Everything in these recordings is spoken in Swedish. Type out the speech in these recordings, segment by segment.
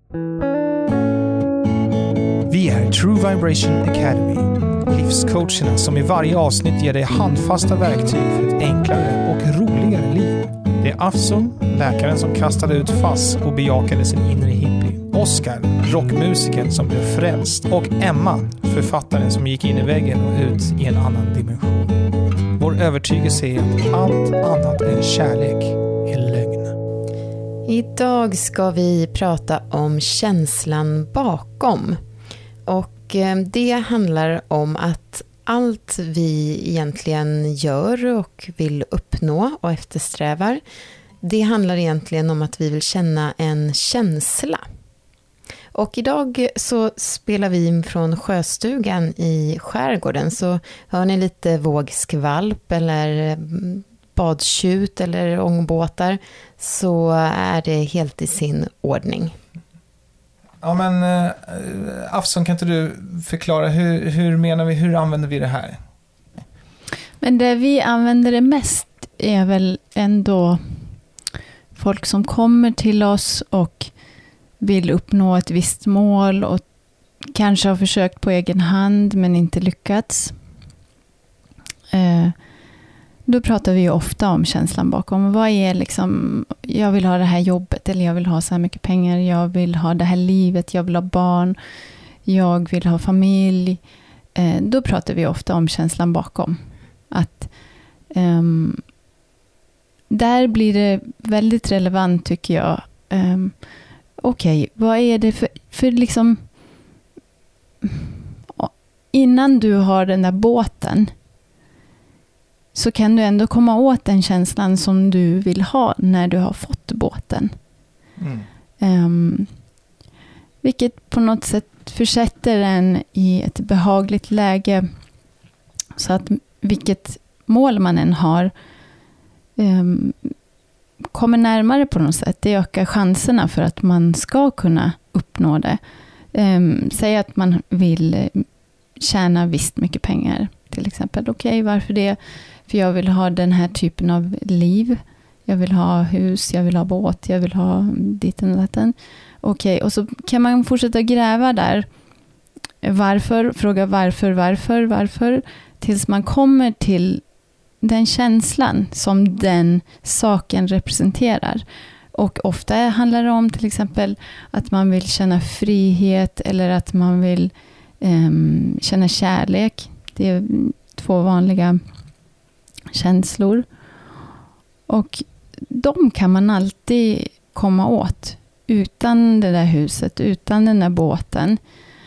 Vi är True Vibration Academy. Livscoacherna som i varje avsnitt ger dig handfasta verktyg för ett enklare och roligare liv. Det är Afson, läkaren som kastade ut fass och bejakade sin inre hippie. Oscar, rockmusikern som blev frälst. Och Emma, författaren som gick in i väggen och ut i en annan dimension. Vår övertygelse är att allt annat än kärlek är lögn. Idag ska vi prata om känslan bakom. Och det handlar om att allt vi egentligen gör och vill uppnå och eftersträvar, det handlar egentligen om att vi vill känna en känsla. Och idag så spelar vi in från sjöstugan i skärgården, så hör ni lite vågskvalp eller badtjut eller ångbåtar, så är det helt i sin ordning. Ja, men Afson, kan inte du förklara hur menar vi, hur använder vi det här? Men det vi använder det mest är väl ändå folk som kommer till oss och vill uppnå ett visst mål och kanske har försökt på egen hand men inte lyckats. Då pratar vi ju ofta om känslan bakom. Vad är liksom, jag vill ha det här jobbet, eller jag vill ha så här mycket pengar, jag vill ha det här livet, jag vill ha barn, jag vill ha familj. Då pratar vi ofta om känslan bakom. Att där blir det väldigt relevant, tycker jag. Okej, vad är det för liksom, innan du har den där båten, så kan du ändå komma åt den känslan som du vill ha när du har fått båten. Vilket på något sätt försätter en i ett behagligt läge, så att vilket mål man än har kommer närmare på något sätt. Det ökar chanserna för att man ska kunna uppnå det. Säg att man vill tjäna visst mycket pengar till exempel. Okej, varför det? För jag vill ha den här typen av liv. Jag vill ha hus, jag vill ha båt, jag vill ha ditten och datten. Okej, och så kan man fortsätta gräva där. Varför? Fråga varför? Tills man kommer till den känslan som den saken representerar. Och ofta handlar det om till exempel att man vill känna frihet eller att man vill känna kärlek. Det är 2 vanliga känslor. Och de kan man alltid komma åt utan det där huset, utan den där båten.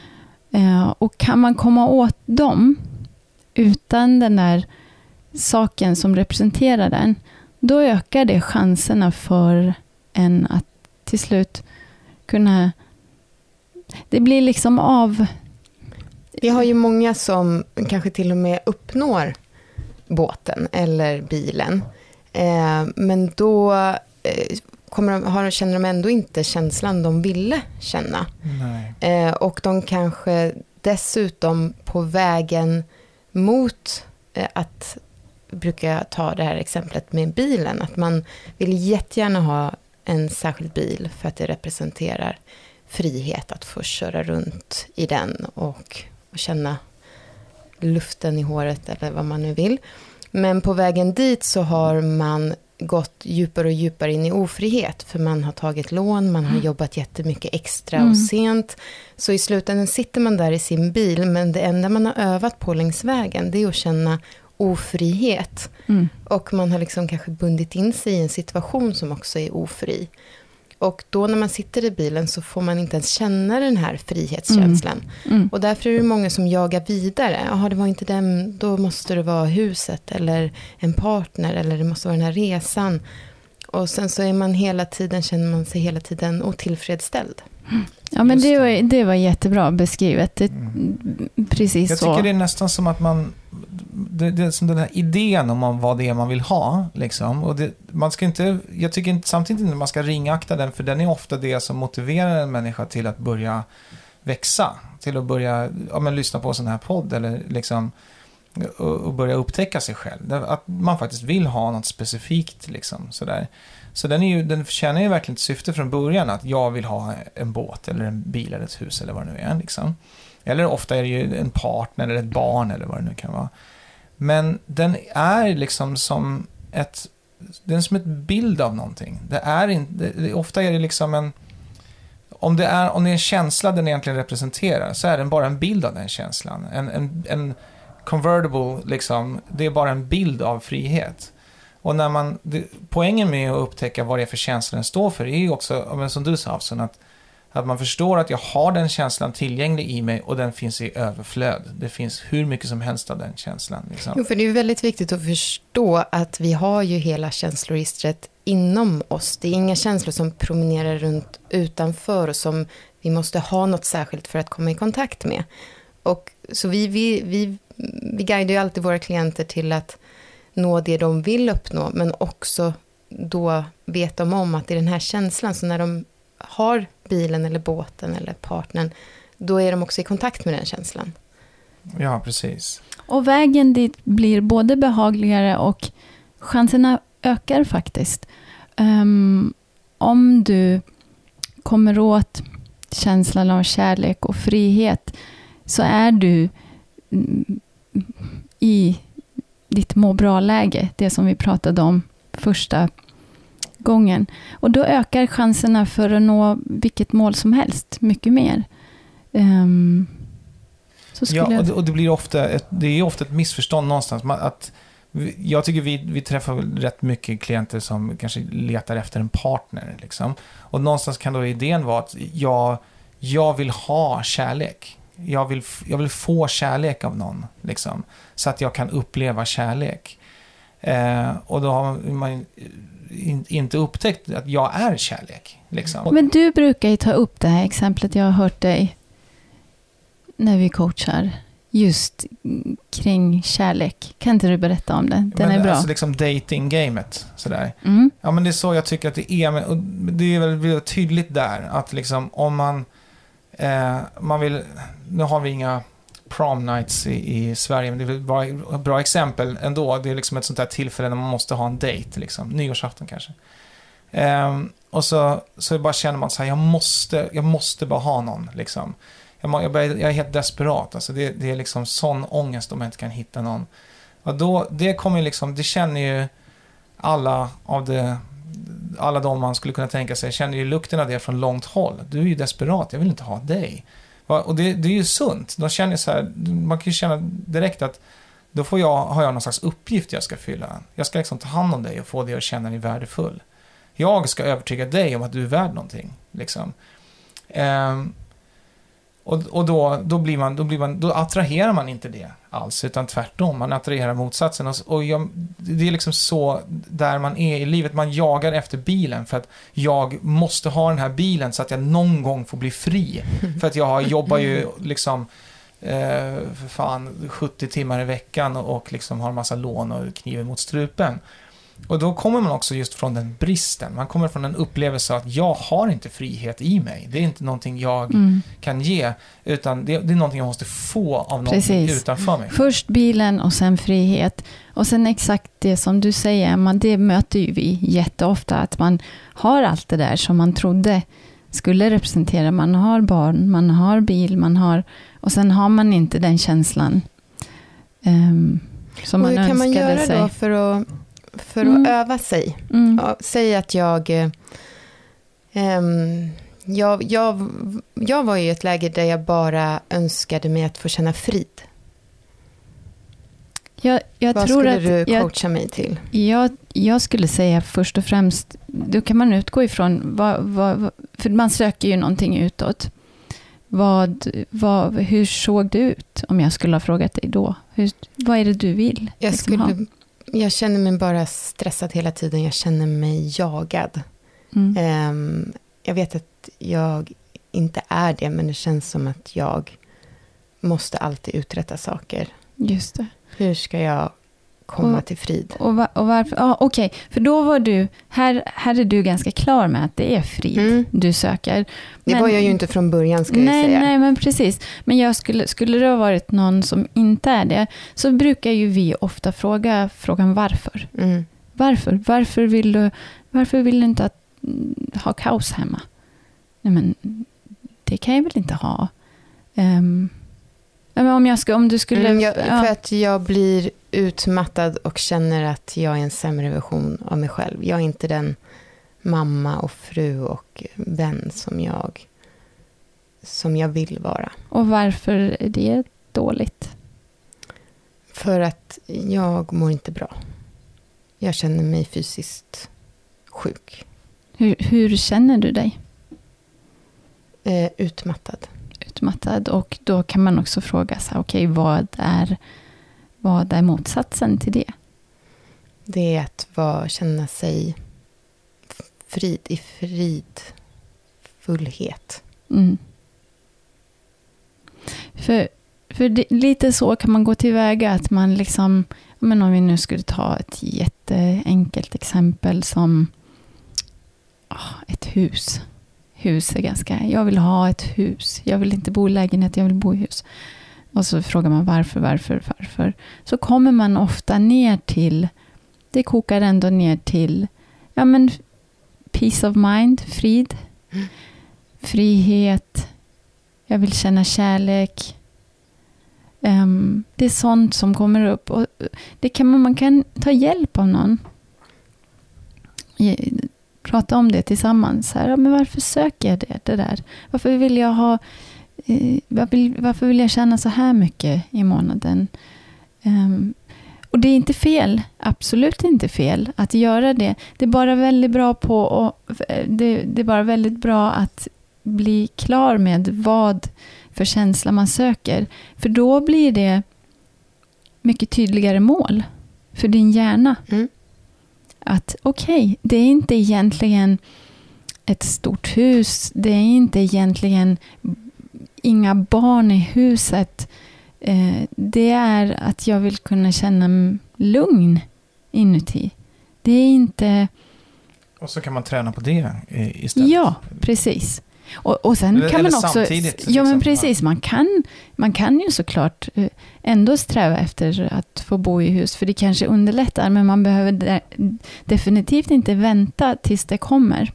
Och kan man komma åt dem utan den där saken som representerar den, då ökar det chanserna för en att till slut kunna, det blir liksom av. Vi har ju många som kanske till och med uppnår båten eller bilen, men då känner de ändå inte känslan de ville känna. Och de kanske dessutom på vägen mot att, brukar ta det här exemplet med bilen, att man vill jättegärna ha en särskild bil för att det representerar frihet att få köra runt i den och känna luften i håret eller vad man nu vill. Men på vägen dit så har man gått djupare och djupare in i ofrihet, för man har tagit lån, man har jobbat jättemycket extra och sent. Så i slutändan sitter man där i sin bil, men det enda man har övat på längs vägen, det är att känna ofrihet. Och man har liksom kanske bundit in sig i en situation som också är ofri. Och då när man sitter i bilen så får man inte ens känna den här frihetskänslan. Och därför är det många som jagar vidare. Jaha, det var inte den, då måste det vara huset eller en partner, eller det måste vara den här resan. Och sen så är man känner man sig hela tiden otillfredsställd. Ja, men det var jättebra beskrivet. Precis jag så. Jag tycker det är nästan som att man, det är som den här idén om vad det är man vill ha liksom. Och man ska inte, jag tycker inte, samtidigt inte man ska ringakta den, för den är ofta det som motiverar en människa till att börja växa, till att börja lyssna på en sån här podd eller liksom och börja upptäcka sig själv. Att man faktiskt vill ha något specifikt liksom, sådär. Så den känner ju verkligen ett syfte från början, att jag vill ha en båt eller en bil eller ett hus eller vad det nu är liksom. Eller ofta är det ju en partner eller ett barn eller vad det nu kan vara. Men den är liksom som ett bild av någonting. Det är inte, ofta är det liksom om det är en känsla den egentligen representerar, så är den bara en bild av den känslan. En convertible liksom, det är bara en bild av frihet. Och när poängen med att upptäcka vad det är för känsla den står för är ju också, som du sa, att man förstår att jag har den känslan tillgänglig i mig och den finns i överflöd. Det finns hur mycket som helst av den känslan. Liksom. Jo, för det är väldigt viktigt att förstå att vi har ju hela känsloregistret inom oss. Det är inga känslor som promenerar runt utanför och som vi måste ha något särskilt för att komma i kontakt med. Och så vi guidar ju alltid våra klienter till att nå det de vill uppnå, men också då vet de om att det är den här känslan, så när de har bilen eller båten eller partnern, då är de också i kontakt med den känslan. Ja, precis. Och vägen dit blir både behagligare och chanserna ökar faktiskt. Om du kommer åt känslan av kärlek och frihet, så är du i ditt må bra-läge, det som vi pratade om första gången. Och då ökar chanserna för att nå vilket mål som helst mycket mer. Och det blir ofta ett missförstånd någonstans. Jag tycker vi träffar rätt mycket klienter som kanske letar efter en partner. Liksom. Och någonstans kan då idén vara att jag vill ha kärlek. Jag vill få kärlek av någon. Liksom, så att jag kan uppleva kärlek. Och då har man inte upptäckt att jag är kärlek. Liksom. Men du brukar ju ta upp det här exemplet, jag har hört dig när vi coachar, just kring kärlek. Kan inte du berätta om det? Den är bra. Alltså liksom dating-gamet. Sådär. Mm. Ja, men det är så jag tycker att det är. Och det är väl tydligt där att liksom, om man vill... Nu har vi inga prom nights i Sverige, men det är väl ett bra exempel ändå. Det är liksom ett sånt där tillfälle när man måste ha en date, liksom. Nyårsafton kanske. Och så bara känner man så här, jag måste bara ha någon, liksom. Jag är helt desperat. Alltså det är liksom sån ångest om jag inte kan hitta någon. Och då, det kommer liksom, det känner ju alla de man skulle kunna tänka sig, känner ju lukten av det från långt håll. Du är ju desperat, jag vill inte ha dig. Och det är ju sunt. De känner så här, man kan ju känna direkt att då har jag någon slags uppgift jag ska fylla. Jag ska liksom ta hand om dig och få dig att känna dig värdefull. Jag ska övertyga dig om att du är värd någonting. Liksom. Och då attraherar man inte det alls, utan tvärtom, man attraherar motsatsen. Det är liksom så där man är i livet, man jagar efter bilen för att jag måste ha den här bilen så att jag någon gång får bli fri. För att jag jobbar ju liksom 70 timmar i veckan och liksom har en massa lån och kniven mot strupen. Och då kommer man också just från den bristen. Man kommer från en upplevelse att jag har inte frihet i mig. Det är inte någonting jag kan ge, utan det är någonting jag måste få av någonting utanför mig. Först bilen och sen frihet. Och sen exakt det som du säger, det möter ju vi jätteofta, att man har allt det där som man trodde skulle representera. Man har barn, man har bil, och sen har man inte den känslan som man önskade sig. Hur kan man göra då för att öva sig? Ja, säg att jag var i ett läge där jag bara önskade mig att få känna frid. Vad skulle du coacha mig till? Jag skulle säga först och främst, då kan man utgå ifrån, för man söker ju någonting utåt. Hur såg det ut om jag skulle ha frågat dig då? Vad är det du vill? Jag känner mig bara stressad hela tiden. Jag känner mig jagad. Jag vet att jag inte är det, men det känns som att jag måste alltid uträtta saker. Just det. Hur ska jag komma till frid. Och varför? Ja, okej. För då var du, här är du ganska klar med att det är frid du söker. Det var jag ju inte från början, ska jag säga. Nej, men precis. Men jag skulle det ha varit någon som inte är det, så brukar ju vi ofta frågan varför. Varför? Varför vill du inte ha kaos hemma? Nej, men det kan jag väl inte ha. Om du skulle... För att jag blir utmattad och känner att jag är en sämre version av mig själv. Jag är inte den mamma och fru och vän som jag vill vara. Och varför är det dåligt? För att jag mår inte bra. Jag känner mig fysiskt sjuk. Hur känner du dig? Utmattad. Och då kan man också fråga sig, okej, vad är motsatsen till det? Det är att känna sig i fridfullhet. För lite så kan man gå tillväga, att man liksom, men om vi nu skulle ta ett jätteenkelt exempel som ett hus. Hus är jag vill ha ett hus. Jag vill inte bo i lägenhet, jag vill bo i hus. Och så frågar man varför. Så kommer man ofta ner till, det kokar ändå ner till, peace of mind, frid, frihet, jag vill känna kärlek. Det är sånt som kommer upp. Och man kan ta hjälp av någon. Prata om det tillsammans. Men varför söker jag det där? Varför vill jag varför vill jag tjäna så här mycket i månaden? Och det är inte fel. Absolut inte fel att göra det. Det är bara väldigt bra att bli klar med vad för känsla man söker. För då blir det mycket tydligare mål för din hjärna. Att det är inte egentligen ett stort hus. Det är inte egentligen inga barn i huset. Det är att jag vill kunna känna lugn inuti. Det är inte... Och så kan man träna på det istället. Ja, precis. Och sen kan man också... Ja, men precis. Man kan ju såklart ändå sträva efter att få bo i hus. För det kanske underlättar. Men man behöver definitivt inte vänta tills det kommer.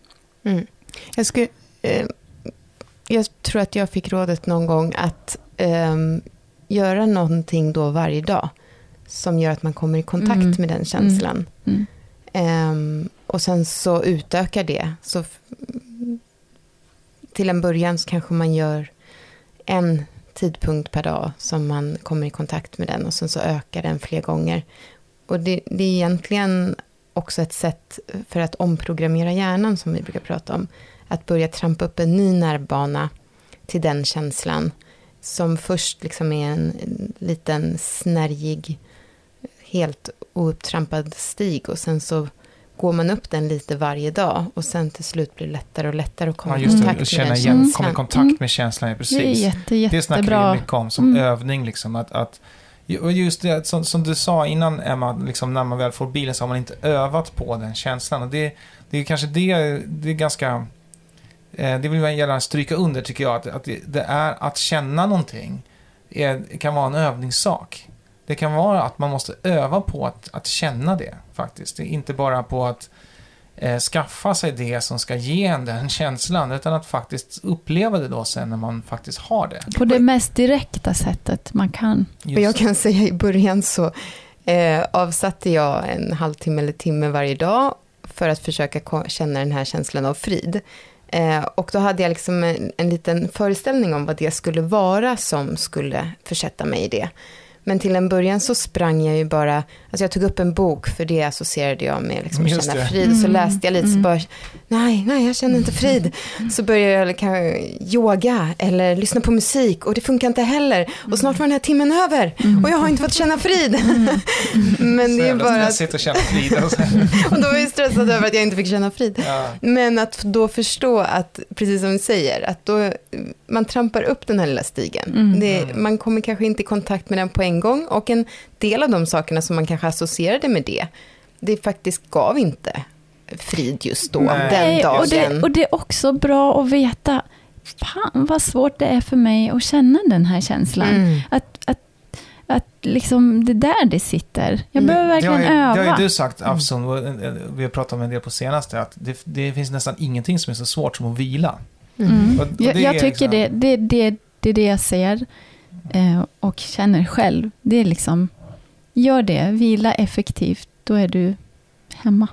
Jag tror att jag fick rådet någon gång att göra någonting då varje dag som gör att man kommer i kontakt med den känslan. Och sen så utökar det. Så till en början så kanske man gör en tidpunkt per dag som man kommer i kontakt med den, och sen så ökar den fler gånger. Och det är egentligen också ett sätt för att omprogrammera hjärnan, som vi brukar prata om. Att börja trampa upp en ny nervbana till den känslan, som först liksom är en liten snärjig, helt oupptrampad stig, och sen så går man upp den lite varje dag, och sen till slut blir det lättare och lättare att komma i kontakt med den känslan. Komma i kontakt med känslan, precis. Det snackar vi mycket om som övning, liksom, att och just det som du sa innan, Emma, liksom, när man väl får bilen så har man inte övat på den känslan, och det är kanske det är ganska, det vill jag gärna stryka under, tycker jag, att det är att känna någonting kan vara en övningssak. Det kan vara att man måste öva på att känna det, faktiskt. Det är inte bara på att skaffa sig det som ska ge en den känslan, utan att faktiskt uppleva det då sen när man faktiskt har det. På det mest direkta sättet man kan. Och jag kan säga, i början så avsatte jag en halvtimme eller timme varje dag för att försöka känna den här känslan av frid. Och då hade jag liksom en liten föreställning om vad det skulle vara som skulle försätta mig i det. Men till en början så sprang jag ju bara, alltså jag tog upp en bok, för det associerade jag med liksom att känna frid, och så läste jag lite, så bara, nej, jag känner inte frid. Så börjar jag kanske yoga eller lyssna på musik och det funkar inte heller. Och snart var den här timmen över och jag har inte fått känna frid. Men det är bara att sitta och känna frid. Och då var jag stressad över att jag inte fick känna frid. Ja. Men att då förstå att, precis som du säger, att då man trampar upp den här lilla stigen. Man kommer kanske inte i kontakt med den på en gång, och en del av de sakerna som man kanske associerade med det faktiskt gav inte frid just då, den dagen. Och det är också bra att veta, fan vad svårt det är för mig att känna den här känslan. Att liksom det där det sitter. Jag behöver verkligen öva. Det har ju du sagt, Afson, vi har pratat om en del på senaste, att det finns nästan ingenting som är så svårt som att vila. Och jag tycker liksom, det är det jag ser och känner själv. Det är liksom, gör det, vila effektivt, då är du hemma.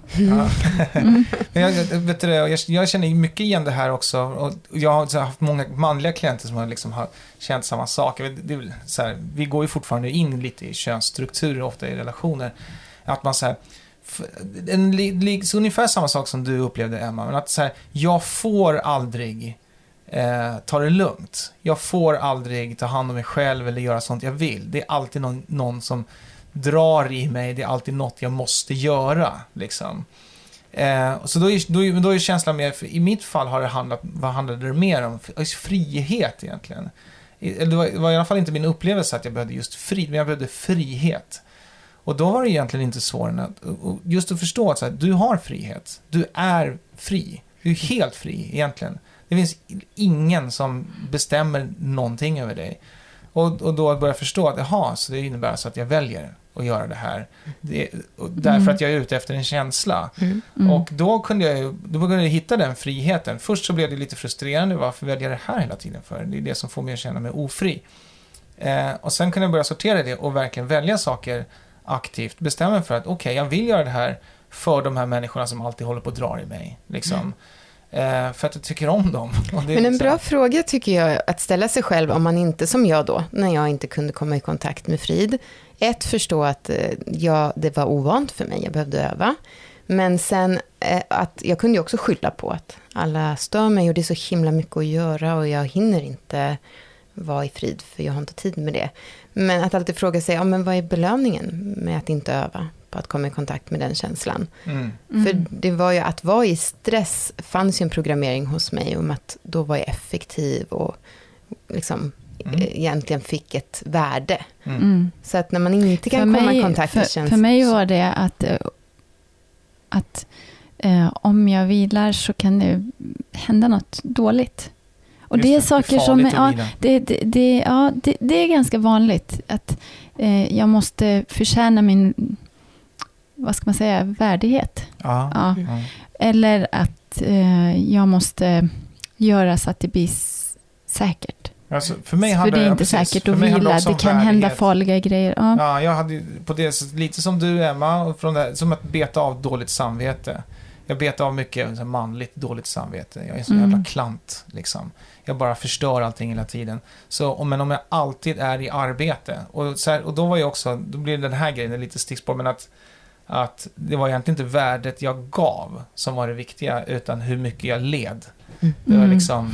Jag känner mycket igen det här också, och jag har haft många manliga klienter som har känt samma sak. Det är så här, vi går ju fortfarande in lite i könsstrukturer ofta i relationer, att man så här, så ungefär samma sak som du upplevde, Emma, men att så här, jag får aldrig ta det lugnt, jag får aldrig ta hand om mig själv eller göra sånt jag vill. Det är alltid någon som drar i mig, det är alltid något jag måste göra liksom. Så då är känslan mer, i mitt fall har det vad handlade det mer om? Frihet egentligen. Det var i alla fall inte min upplevelse att jag behövde just frid, men jag behövde frihet. Och då var det egentligen inte svårare just att förstå att så här, du har frihet, du är fri, du är helt fri egentligen. Det finns ingen som bestämmer någonting över dig. Och då att börja förstå att så det innebär alltså att jag väljer att göra det här. Därför att jag är ute efter en känsla. Och då kunde jag hitta den friheten. Först så blev det lite frustrerande. Varför väljer jag det här hela tiden för? Det är det som får mig att känna mig ofri. Och sen kunde jag börja sortera det och verkligen välja saker aktivt. Bestämma för att jag vill göra det här för de här människorna som alltid håller på att dra i mig. Liksom. För att jag tycker om dem. Men en bra fråga tycker jag att ställa sig själv, om man inte, som jag då, när jag inte kunde komma i kontakt med frid. Förstå att det var ovant för mig, jag behövde öva. Men sen att jag kunde ju också skylla på att alla stör mig och det är så himla mycket att göra och jag hinner inte vara i frid för jag har inte tid med det. Men att alltid fråga sig, men vad är belöningen med att inte öva? På att komma i kontakt med den känslan. För det var ju att vara i stress, fanns ju en programmering hos mig om att då var jag effektiv och liksom egentligen fick ett värde. Så att när man inte kan komma i kontakt med känslan. För mig var det att om jag vilar så kan det hända något dåligt. Och just det är saker som det är ganska vanligt att jag måste förtjäna min, vad ska man säga, värdighet. Ja. Eller att jag måste göra så att det blir säkert. Alltså, för mig handlar det är inte säkert att vila. Det kan hända farliga grejer. Ja, jag hade på det lite som du, Emma, som att beta av dåligt samvete. Jag betar av mycket manligt dåligt samvete. Jag är en sån jävla klant liksom. Jag bara förstör allting hela tiden. Men om jag alltid är i arbete och då var jag också, då blir den här grejen lite stickspår, men att det var egentligen inte värdet jag gav som var det viktiga, utan hur mycket jag led. Det var liksom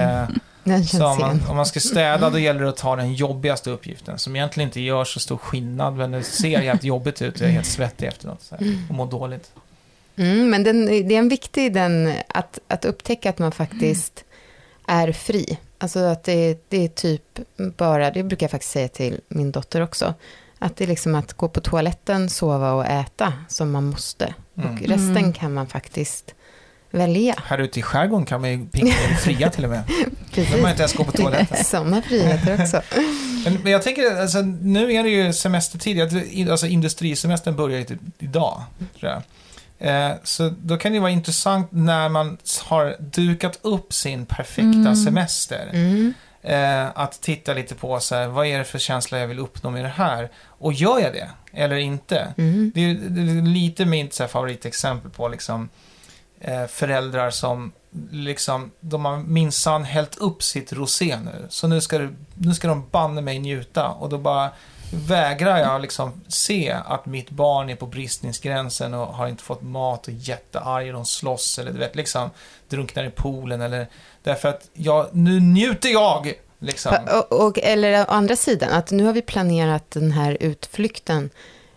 om man ska städa, då gäller det att ta den jobbigaste uppgiften som egentligen inte gör så stor skillnad, men det ser helt jobbigt ut och jag är helt svettig efteråt så här, och mår dåligt. Men det är en viktig att upptäcka att man faktiskt är fri. Alltså att det är typ bara, det brukar jag faktiskt säga till min dotter också, att det är liksom att gå på toaletten, sova och äta som man måste. Och resten kan man faktiskt välja. Här ute i skärgården kan man ju pinka fria till och med. Precis. Då man inte ens gå på toaletten. Sådana friheter också. Men jag tänker, alltså, nu är det ju semestertid. Alltså industrisemestern börjar ju typ idag, tror jag. Så då kan det vara intressant när man har dukat upp sin perfekta semester. Att titta lite på så här, vad är det för känsla jag vill uppnå med det här? Och gör jag det eller inte? Det är lite mitt så här favoritexempel på liksom, föräldrar som liksom, de har minsann hällt upp sitt rosé nu. Så nu ska de banne mig njuta. Och då bara vägrar jag liksom se att mitt barn är på bristningsgränsen och har inte fått mat och jättearg och de slåss eller du vet, liksom drunknar i poolen eller därför att nu njuter jag liksom. Eller å andra sidan, att nu har vi planerat den här utflykten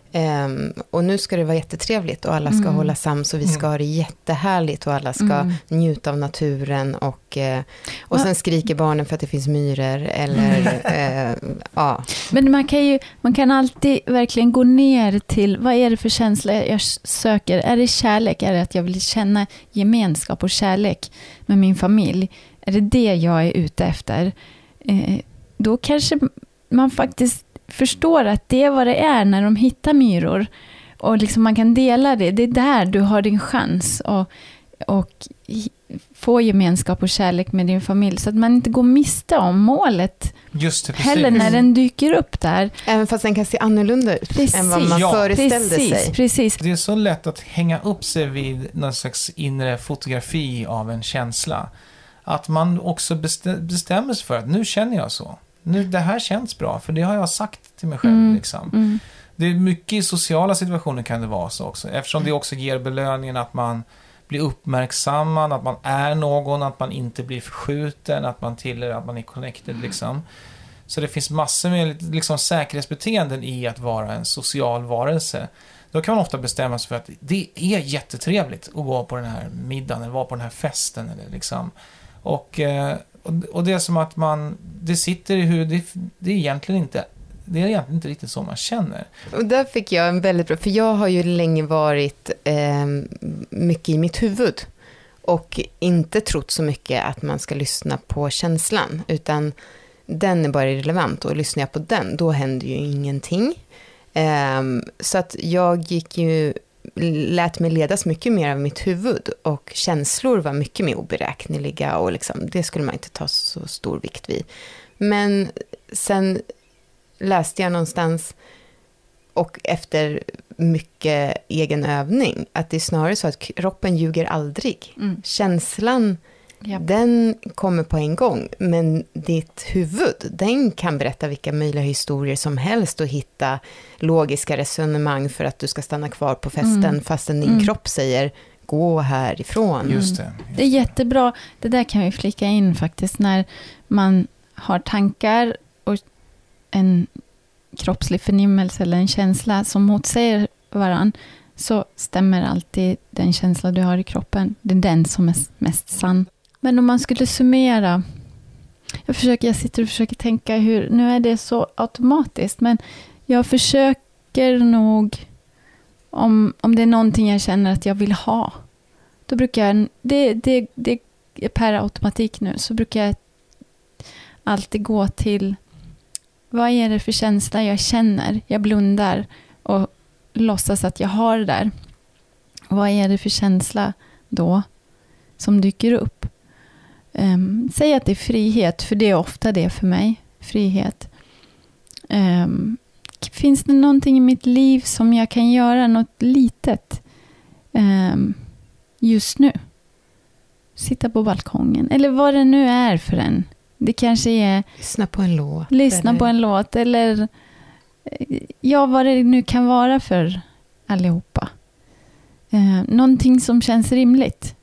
och nu ska det vara jättetrevligt och alla ska hålla sams och vi ska ha det jättehärligt och alla ska njuta av naturen och sen skriker barnen för att det finns myror eller ja. Men man kan alltid verkligen gå ner till vad är det för känsla jag söker? Är det kärlek? Är det att jag vill känna gemenskap och kärlek med min familj? Är det jag är ute efter? Då kanske man faktiskt förstår att det är vad det är när de hittar myror och liksom man kan dela det. Det är där du har din chans och få gemenskap och kärlek med din familj så att man inte går miste om målet. Just det, heller när den dyker upp där. Även fast den kan se annorlunda ut än vad man föreställde sig. Precis. Det är så lätt att hänga upp sig vid någon slags inre fotografi av en känsla. Att man också bestämmer sig för att nu känner jag så. Nu, det här känns bra, för det har jag sagt till mig själv. Liksom. Det är mycket i sociala situationer kan det vara så också. Eftersom det också ger belöningen att man blir uppmärksammad, att man är någon, att man inte blir förskjuten, att man tillhör, att man är connected. Liksom. Så det finns massor med liksom, säkerhetsbeteenden i att vara en social varelse. Då kan man ofta bestämma sig för att det är jättetrevligt att vara på den här middagen eller vara på den här festen. Eller, liksom. Och det är som att det sitter i huvudet, det är egentligen inte riktigt så man känner. Och där fick jag en väldigt bra, för jag har ju länge varit mycket i mitt huvud och inte trott så mycket att man ska lyssna på känslan, utan den är bara irrelevant och lyssnar jag på den, då händer ju ingenting. Så att jag lät mig ledas mycket mer av mitt huvud och känslor var mycket mer oberäkneliga och liksom, det skulle man inte ta så stor vikt vid. Men sen läste jag någonstans och efter mycket egen övning att det är snarare så att kroppen ljuger aldrig. Känslan, den kommer på en gång, men ditt huvud, den kan berätta vilka möjliga historier som helst och hitta logiska resonemang för att du ska stanna kvar på festen fastän din kropp säger gå härifrån. Just det. Det är jättebra. Det där kan vi flika in faktiskt när man har tankar och en kroppslig förnimmelse eller en känsla som motsäger varann, så stämmer alltid den känsla du har i kroppen. Det är den som är mest sann. Men om man skulle summera, jag sitter och försöker tänka nu är det så automatiskt, men jag försöker nog, om det är någonting jag känner att jag vill ha, då brukar jag, det är per automatik nu, så brukar jag alltid gå till vad är det för känsla jag känner? Jag blundar och låtsas att jag har det där. Vad är det för känsla då som dyker upp? Säg att det är frihet, för det är ofta det för mig. Frihet. Finns det någonting i mitt liv som jag kan göra något litet just nu? Sitta på balkongen. Eller vad det nu är för en. Det kanske är... Lyssna på en låt. Eller vad det nu kan vara för allihopa. Någonting som känns rimligt.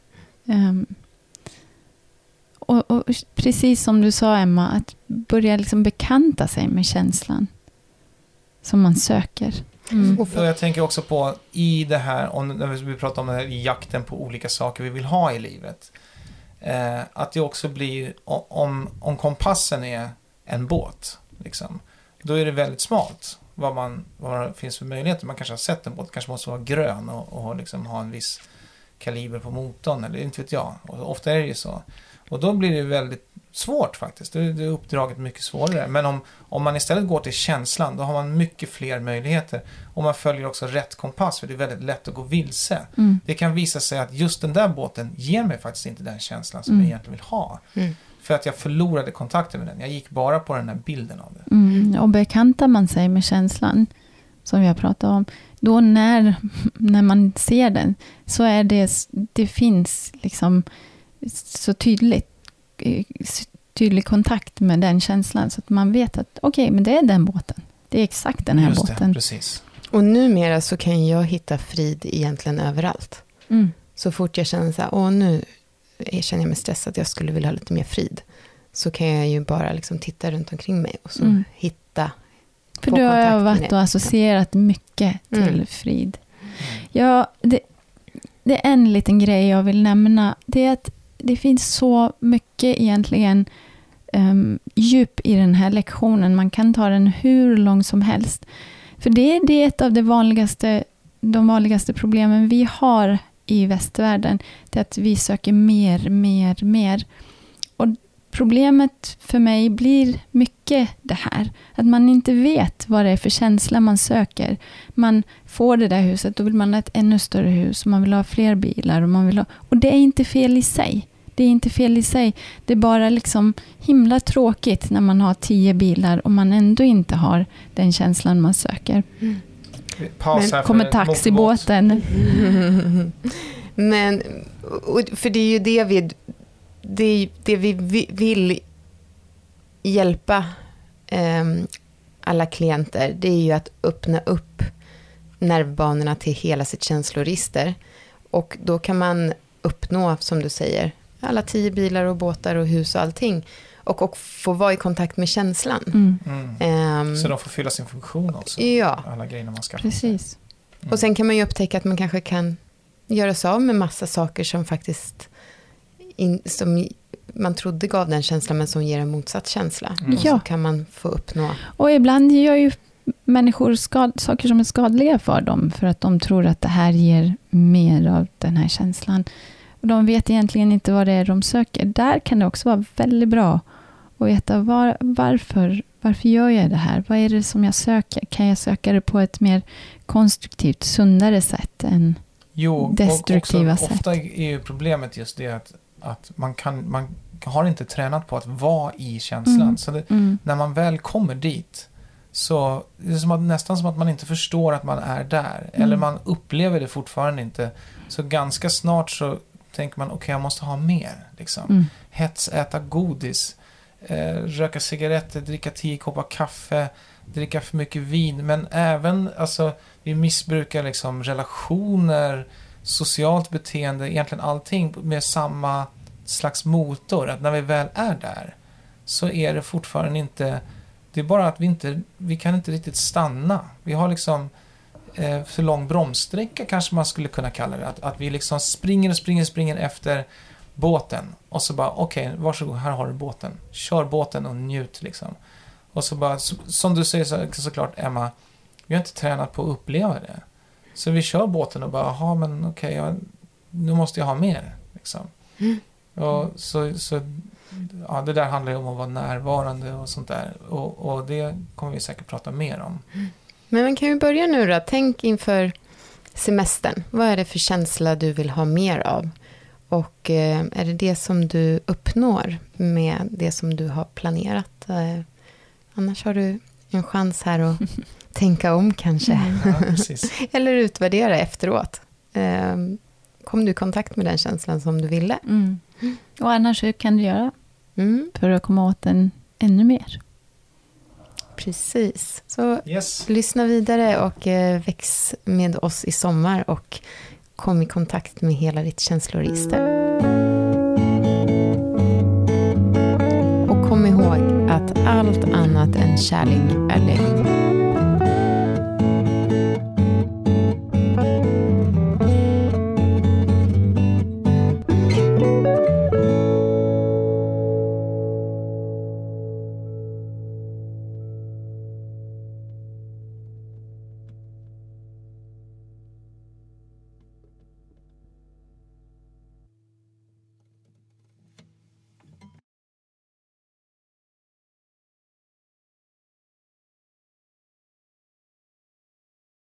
Och precis som du sa, Emma, att börja liksom bekanta sig med känslan som man söker. Och jag tänker också på i det här, när vi pratar om det här, i jakten på olika saker vi vill ha i livet. Att det också blir, om kompassen är en båt, liksom, då är det väldigt smart vad finns för möjligheter. Man kanske har sett en båt, kanske måste vara grön och liksom ha en viss kaliber på motorn, eller inte vet jag. Och ofta är det ju så. Och då blir det väldigt svårt faktiskt. Det är uppdraget mycket svårare. Men om man istället går till känslan, då har man mycket fler möjligheter. Och man följer också rätt kompass, för det är väldigt lätt att gå vilse. Det kan visa sig att just den där båten ger mig faktiskt inte den känslan som jag egentligen vill ha. För att jag förlorade kontakten med den. Jag gick bara på den här bilden av det. Och bekantar man sig med känslan, som jag pratade om, då när man ser den, så är det finns liksom så tydlig kontakt med den känslan, så att man vet att okej, men det är den båten. Det är exakt den här Just båten. Det, precis. Och numera så kan jag hitta frid egentligen överallt. Så fort jag känner så här, nu känner jag mig stressad, jag skulle vilja ha lite mer frid. Så kan jag ju bara liksom titta runt omkring mig och så hitta. För du har övat och associerat mycket till frid. Ja, det är en liten grej jag vill nämna. Det är att det finns så mycket egentligen djup i den här lektionen. Man kan ta den hur lång som helst. För det är ett av de vanligaste problemen vi har i västvärlden. Det är att vi söker mer. Och problemet för mig blir mycket det här. Att man inte vet vad det är för känsla man söker. Man får det där huset, då vill man ha ett ännu större hus. Och man vill ha fler bilar. Och det är inte fel i sig. Det är inte fel i sig. Det är bara liksom himla tråkigt när man har 10 bilar och man ändå inte har den känslan man söker. Men kommer taxibåten. Men, för det är ju det vi vill hjälpa alla klienter. Det är ju att öppna upp nervbanorna till hela sitt känsloregister. Och då kan man uppnå, som du säger, alla 10 bilar och båtar och hus och allting. Och få vara i kontakt med känslan. Så de får fylla sin funktion också. Ja. Alla grejerna man ska. Precis. Och sen kan man ju upptäcka att man kanske kan göra sig av med massa saker som faktiskt som man trodde gav den känslan, men som ger en motsatt känsla. Så kan man få uppnå. Och ibland gör ju människor saker som är skadliga för dem, för att de tror att det här ger mer av den här känslan. Och de vet egentligen inte vad det är de söker. Där kan det också vara väldigt bra att veta varför gör jag det här? Vad är det som jag söker? Kan jag söka det på ett mer konstruktivt, sundare sätt än destruktiva sätt? Ofta är ju problemet just det att man har inte tränat på att vara i känslan. Så när man väl kommer dit, så det är nästan som att man inte förstår att man är där. Eller man upplever det fortfarande inte. Så ganska snart så tänker man, okej, jag måste ha mer. Liksom. Hets, äta godis, röka cigaretter, dricka 10 koppar kaffe, dricka för mycket vin. Men även, alltså, vi missbrukar liksom relationer, socialt beteende, egentligen allting med samma slags motor. Att när vi väl är där, så är det fortfarande inte... Det är bara att vi kan inte riktigt stanna. Vi har liksom för lång bromssträcka, kanske man skulle kunna kalla det. Att vi liksom springer efter båten. Och så bara, okej, varsågod, här har du båten. Kör båten och njut liksom. Och så bara, som du säger såklart, Emma, vi har inte tränat på att uppleva det. Så vi kör båten och bara, men okej, nu måste jag ha mer. Liksom. Och så ja, det där handlar ju om att vara närvarande och sånt där. Och det kommer vi säkert prata mer om. Men man kan ju börja nu då. Tänk inför semestern. Vad är det för känsla du vill ha mer av? Och är det som du uppnår med det som du har planerat? Annars har du en chans här att tänka om kanske. Ja, precis. Eller utvärdera efteråt. Kom du i kontakt med den känslan som du ville? Och annars hur kan du göra för att komma åt den ännu mer? Precis. Så lyssna vidare och väx med oss i sommar och kom i kontakt med hela ditt känsloregister. Och kom ihåg att allt annat än kärlek är lögn.